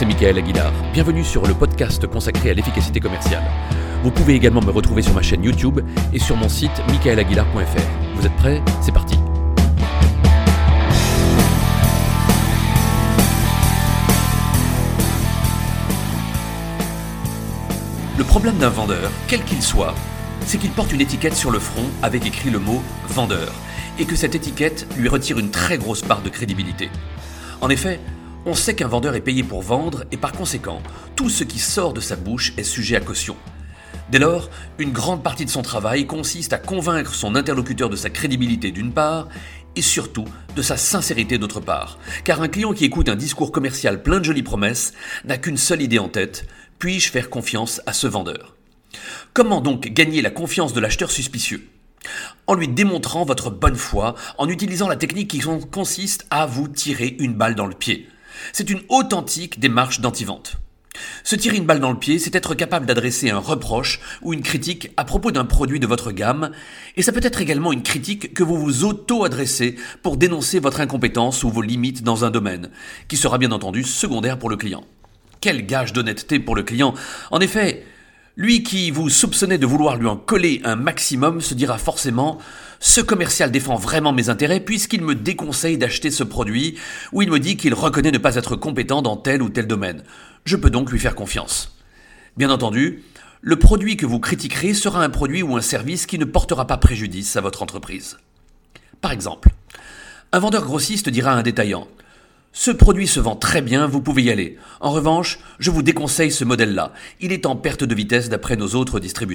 c'est Michael Aguilar. Bienvenue sur le podcast consacré à l'efficacité commerciale. Vous pouvez également me retrouver sur ma chaîne YouTube et sur mon site michaelaguilar.fr. Vous êtes prêts ? C'est parti. Le problème d'un vendeur, quel qu'il soit, c'est qu'il porte une étiquette sur le front avec écrit le mot « vendeur » et que cette étiquette lui retire une très grosse part de crédibilité. En effet, on sait qu'un vendeur est payé pour vendre et par conséquent, tout ce qui sort de sa bouche est sujet à caution. Dès lors, une grande partie de son travail consiste à convaincre son interlocuteur de sa crédibilité d'une part et surtout de sa sincérité d'autre part. Car un client qui écoute un discours commercial plein de jolies promesses n'a qu'une seule idée en tête: puis-je faire confiance à ce vendeur ? Comment donc gagner la confiance de l'acheteur suspicieux ? En lui démontrant votre bonne foi, en utilisant la technique qui consiste à vous tirer une balle dans le pied. C'est une authentique démarche d'anti-vente. Se tirer une balle dans le pied, c'est être capable d'adresser un reproche ou une critique à propos d'un produit de votre gamme, et ça peut être également une critique que vous vous auto-adressez pour dénoncer votre incompétence ou vos limites dans un domaine, qui sera bien entendu secondaire pour le client. Quel gage d'honnêteté pour le client ! En effet, lui qui vous soupçonnait de vouloir lui en coller un maximum se dira forcément « Ce commercial défend vraiment mes intérêts puisqu'il me déconseille d'acheter ce produit ou il me dit qu'il reconnaît ne pas être compétent dans tel ou tel domaine. Je peux donc lui faire confiance. » Bien entendu, le produit que vous critiquerez sera un produit ou un service qui ne portera pas préjudice à votre entreprise. Par exemple, un vendeur grossiste dira à un détaillant « Ce produit se vend très bien, vous pouvez y aller. En revanche, je vous déconseille ce modèle-là. Il est en perte de vitesse d'après nos autres distributeurs. »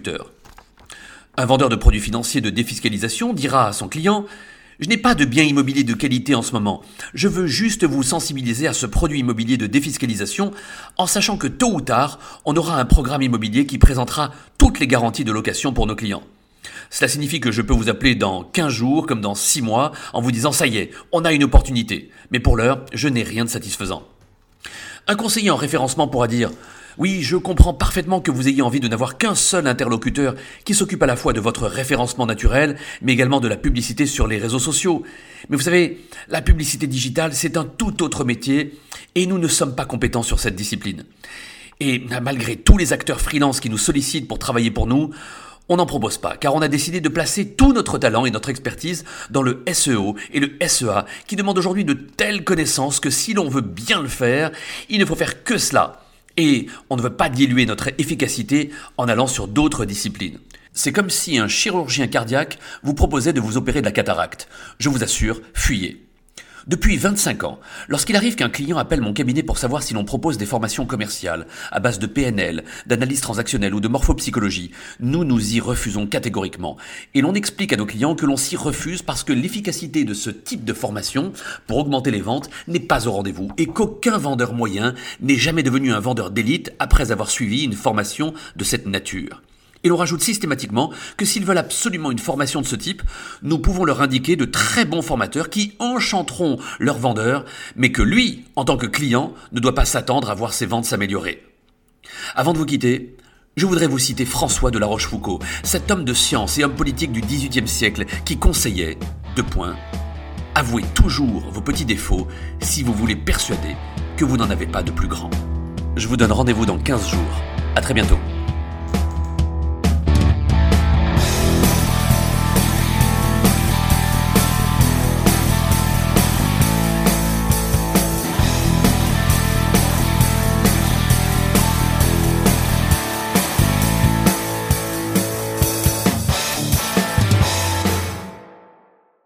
Un vendeur de produits financiers de défiscalisation dira à son client « Je n'ai pas de bien immobilier de qualité en ce moment. Je veux juste vous sensibiliser à ce produit immobilier de défiscalisation en sachant que tôt ou tard, on aura un programme immobilier qui présentera toutes les garanties de location pour nos clients. Cela signifie que je peux vous appeler dans 15 jours comme dans 6 mois en vous disant « Ça y est, on a une opportunité. Mais pour l'heure, je n'ai rien de satisfaisant. » Un conseiller en référencement pourra dire « Oui, je comprends parfaitement que vous ayez envie de n'avoir qu'un seul interlocuteur qui s'occupe à la fois de votre référencement naturel, mais également de la publicité sur les réseaux sociaux. Mais vous savez, la publicité digitale, c'est un tout autre métier et nous ne sommes pas compétents sur cette discipline. Et malgré tous les acteurs freelance qui nous sollicitent pour travailler pour nous, on n'en propose pas, car on a décidé de placer tout notre talent et notre expertise dans le SEO et le SEA, qui demandent aujourd'hui de telles connaissances que si l'on veut bien le faire, il ne faut faire que cela. Et on ne veut pas diluer notre efficacité en allant sur d'autres disciplines. C'est comme si un chirurgien cardiaque vous proposait de vous opérer de la cataracte. Je vous assure, fuyez. Depuis 25 ans, lorsqu'il arrive qu'un client appelle mon cabinet pour savoir si l'on propose des formations commerciales à base de PNL, d'analyse transactionnelle ou de morphopsychologie, nous nous y refusons catégoriquement. Et l'on explique à nos clients que l'on s'y refuse parce que l'efficacité de ce type de formation pour augmenter les ventes n'est pas au rendez-vous et qu'aucun vendeur moyen n'est jamais devenu un vendeur d'élite après avoir suivi une formation de cette nature. Et l'on rajoute systématiquement que s'ils veulent absolument une formation de ce type, nous pouvons leur indiquer de très bons formateurs qui enchanteront leur vendeur, mais que lui, en tant que client, ne doit pas s'attendre à voir ses ventes s'améliorer. Avant de vous quitter, je voudrais vous citer François de La Rochefoucauld, cet homme de science et homme politique du XVIIIe siècle qui conseillait, avouez toujours vos petits défauts si vous voulez persuader que vous n'en avez pas de plus grands. Je vous donne rendez-vous dans 15 jours. À très bientôt.